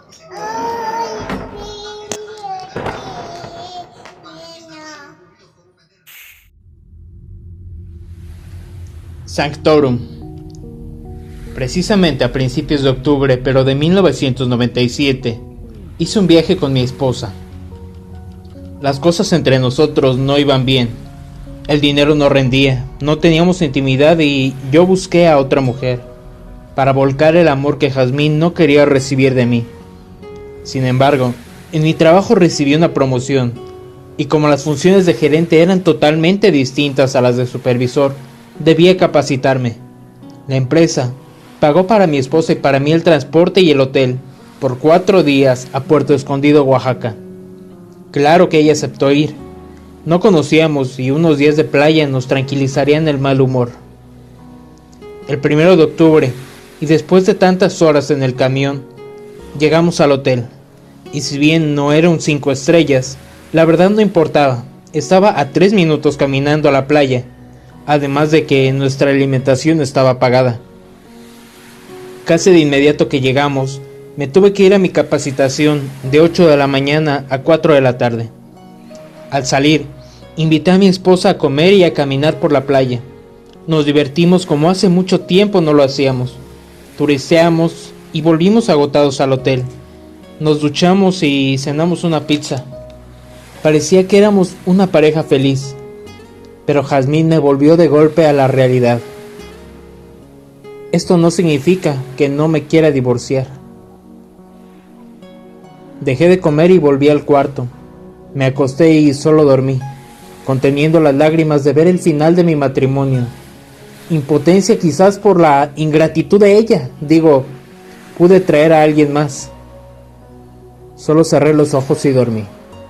Sanctorum. Precisamente a principios de octubre, pero de 1997, hice un viaje con mi esposa. Las cosas entre nosotros no iban bien. El dinero no rendía, no teníamos intimidad y yo busqué a otra mujer para volcar el amor que Jazmín no quería recibir de mí. Sin embargo, en mi trabajo recibí una promoción y como las funciones de gerente eran totalmente distintas a las de supervisor, debía capacitarme. La empresa pagó para mi esposa y para mí el transporte y el hotel por 4 días a Puerto Escondido, Oaxaca. Claro que ella aceptó ir. No conocíamos y unos días de playa nos tranquilizarían el mal humor. El 1 de octubre, y después de tantas horas en el camión, llegamos al hotel. Y si bien no era un 5 estrellas, la verdad no importaba. Estaba a 3 minutos caminando a la playa. Además de que nuestra alimentación estaba pagada. Casi de inmediato que llegamos, me tuve que ir a mi capacitación de 8 de la mañana a 4 de la tarde. Al salir, invité a mi esposa a comer y a caminar por la playa. Nos divertimos como hace mucho tiempo no lo hacíamos. Turisteamos y volvimos agotados al hotel. Nos duchamos y cenamos una pizza. Parecía que éramos una pareja feliz. Pero Jazmín me volvió de golpe a la realidad. Esto no significa que no me quiera divorciar. Dejé de comer y volví al cuarto. Me acosté y solo dormí, conteniendo las lágrimas de ver el final de mi matrimonio. Impotencia quizás por la ingratitud de ella. Digo, pude traer a alguien más. Solo cerré los ojos y dormí.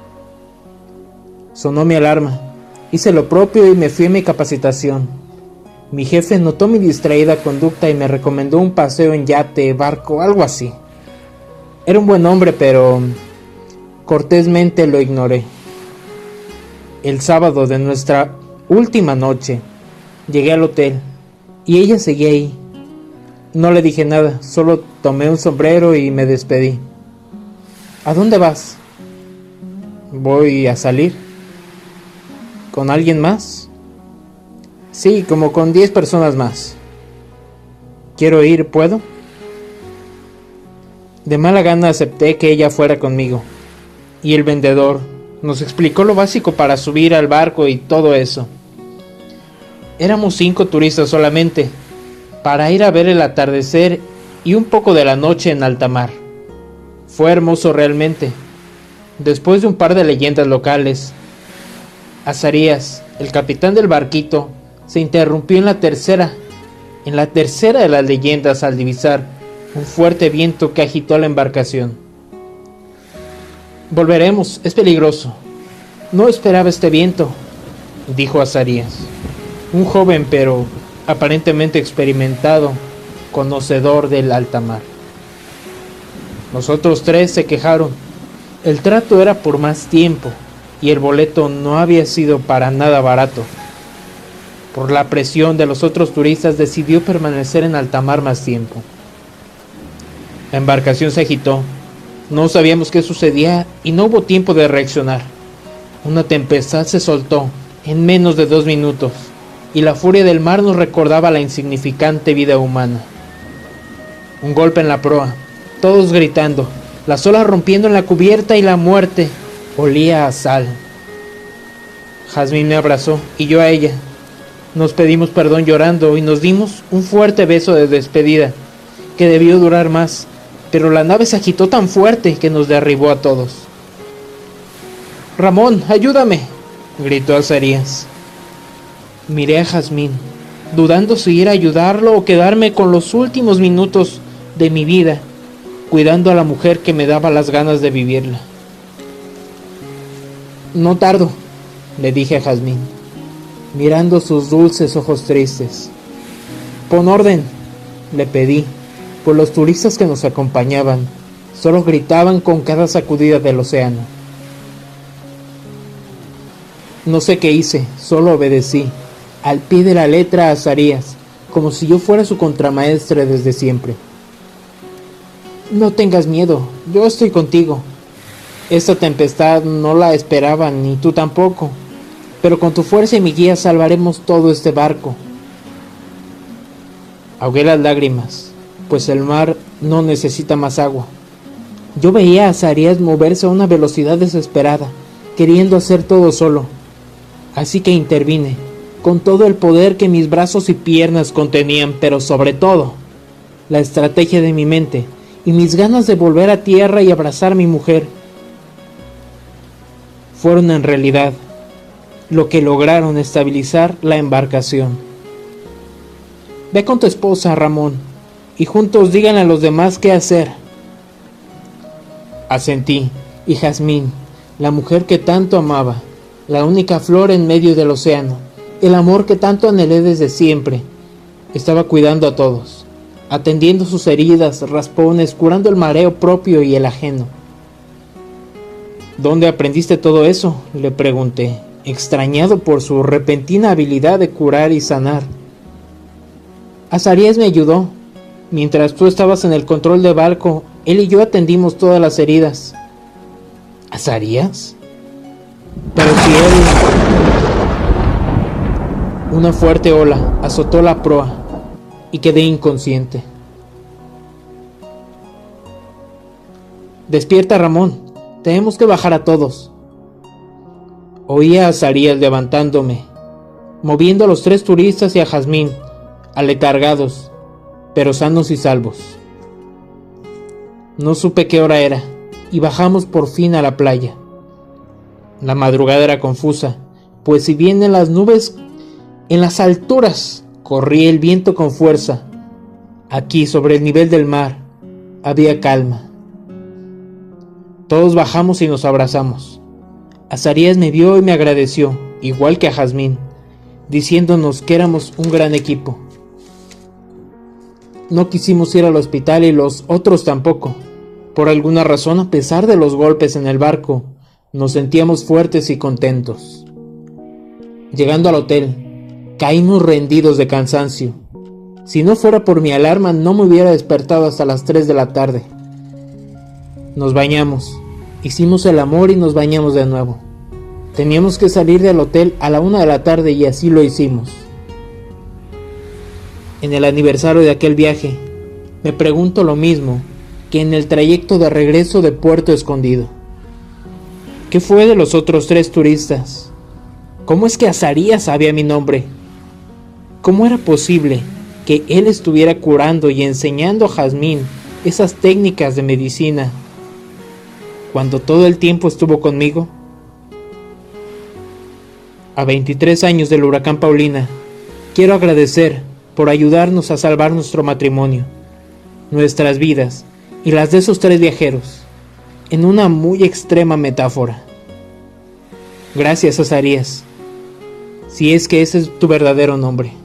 Sonó mi alarma. Hice lo propio y me fui a mi capacitación. Mi jefe notó mi distraída conducta y me recomendó un paseo en yate, barco, algo así. Era un buen hombre, pero cortésmente lo ignoré. El sábado de nuestra última noche, llegué al hotel y ella seguía ahí. No le dije nada, solo tomé un sombrero y me despedí. ¿A dónde vas? Voy a salir. ¿Con alguien más? Sí, como con 10 personas más. Quiero ir, ¿puedo? De mala gana acepté que ella fuera conmigo. Y el vendedor nos explicó lo básico para subir al barco y todo eso. Éramos 5 turistas solamente, para ir a ver el atardecer y un poco de la noche en alta mar. Fue hermoso realmente. Después de un par de leyendas locales, Azarías, el capitán del barquito, se interrumpió en la tercera de las leyendas al divisar un fuerte viento que agitó la embarcación. Volveremos, es peligroso. No esperaba este viento, dijo Azarías, un joven pero aparentemente experimentado, conocedor del alta mar. Los otros 3 se quejaron. El trato era por más tiempo y el boleto no había sido para nada barato. Por la presión de los otros turistas decidió permanecer en alta mar más tiempo. La embarcación se agitó. No sabíamos qué sucedía y no hubo tiempo de reaccionar. Una tempestad se soltó en menos de 2 minutos y la furia del mar nos recordaba la insignificante vida humana. Un golpe en la proa, todos gritando, las olas rompiendo en la cubierta y la muerte olía a sal. Jazmín me abrazó y yo a ella. Nos pedimos perdón llorando y nos dimos un fuerte beso de despedida que debió durar más, pero la nave se agitó tan fuerte que nos derribó a todos. «Ramón, ayúdame», gritó Azarías. Miré a Jazmín, dudando si ir a ayudarlo o quedarme con los últimos minutos de mi vida, cuidando a la mujer que me daba las ganas de vivirla. «No tardo», le dije a Jazmín, mirando sus dulces ojos tristes. «Pon orden», le pedí, pues los turistas que nos acompañaban solo gritaban con cada sacudida del océano. No sé qué hice, solo obedecí, al pie de la letra a Azarías, como si yo fuera su contramaestre desde siempre. No tengas miedo, yo estoy contigo. Esta tempestad no la esperaba, ni tú tampoco, pero con tu fuerza y mi guía salvaremos todo este barco. Ahogué las lágrimas, pues el mar no necesita más agua. Yo veía a Azarías moverse a una velocidad desesperada, queriendo hacer todo solo. Así que intervine, con todo el poder que mis brazos y piernas contenían, pero sobre todo, la estrategia de mi mente y mis ganas de volver a tierra y abrazar a mi mujer fueron en realidad lo que lograron estabilizar la embarcación. Ve con tu esposa, Ramón, y juntos díganle a los demás qué hacer. Asentí, y Jazmín, la mujer que tanto amaba, la única flor en medio del océano, el amor que tanto anhelé desde siempre, estaba cuidando a todos, atendiendo sus heridas, raspones, curando el mareo propio y el ajeno. ¿Dónde aprendiste todo eso?, le pregunté, extrañado por su repentina habilidad de curar y sanar. Azarías me ayudó. Mientras tú estabas en el control de barco, él y yo atendimos todas las heridas. ¿Azarías? Pero si él... Una fuerte ola azotó la proa y quedé inconsciente. Despierta, Ramón. Tenemos que bajar a todos. Oí a Azarías levantándome, moviendo a los 3 turistas y a Jazmín, aletargados, pero sanos y salvos. No supe qué hora era, y bajamos por fin a la playa. La madrugada era confusa, pues si bien en las nubes, en las alturas, corría el viento con fuerza, aquí sobre el nivel del mar, había calma. Todos bajamos y nos abrazamos. Azarías me vio y me agradeció, igual que a Jazmín, diciéndonos que éramos un gran equipo. No quisimos ir al hospital y los otros tampoco. Por alguna razón, a pesar de los golpes en el barco, nos sentíamos fuertes y contentos. Llegando al hotel, caímos rendidos de cansancio. Si no fuera por mi alarma, no me hubiera despertado hasta las 3 de la tarde. Nos bañamos, hicimos el amor y nos bañamos de nuevo. Teníamos que salir del hotel a la 1 de la tarde y así lo hicimos. En el aniversario de aquel viaje, me pregunto lo mismo que en el trayecto de regreso de Puerto Escondido. ¿Qué fue de los otros 3 turistas? ¿Cómo es que Azarías sabía mi nombre? ¿Cómo era posible que él estuviera curando y enseñando a Jazmín esas técnicas de medicina cuando todo el tiempo estuvo conmigo? A 23 años del huracán Paulina, quiero agradecer por ayudarnos a salvar nuestro matrimonio, nuestras vidas y las de esos 3 viajeros, en una muy extrema metáfora. Gracias, Azarías, si es que ese es tu verdadero nombre.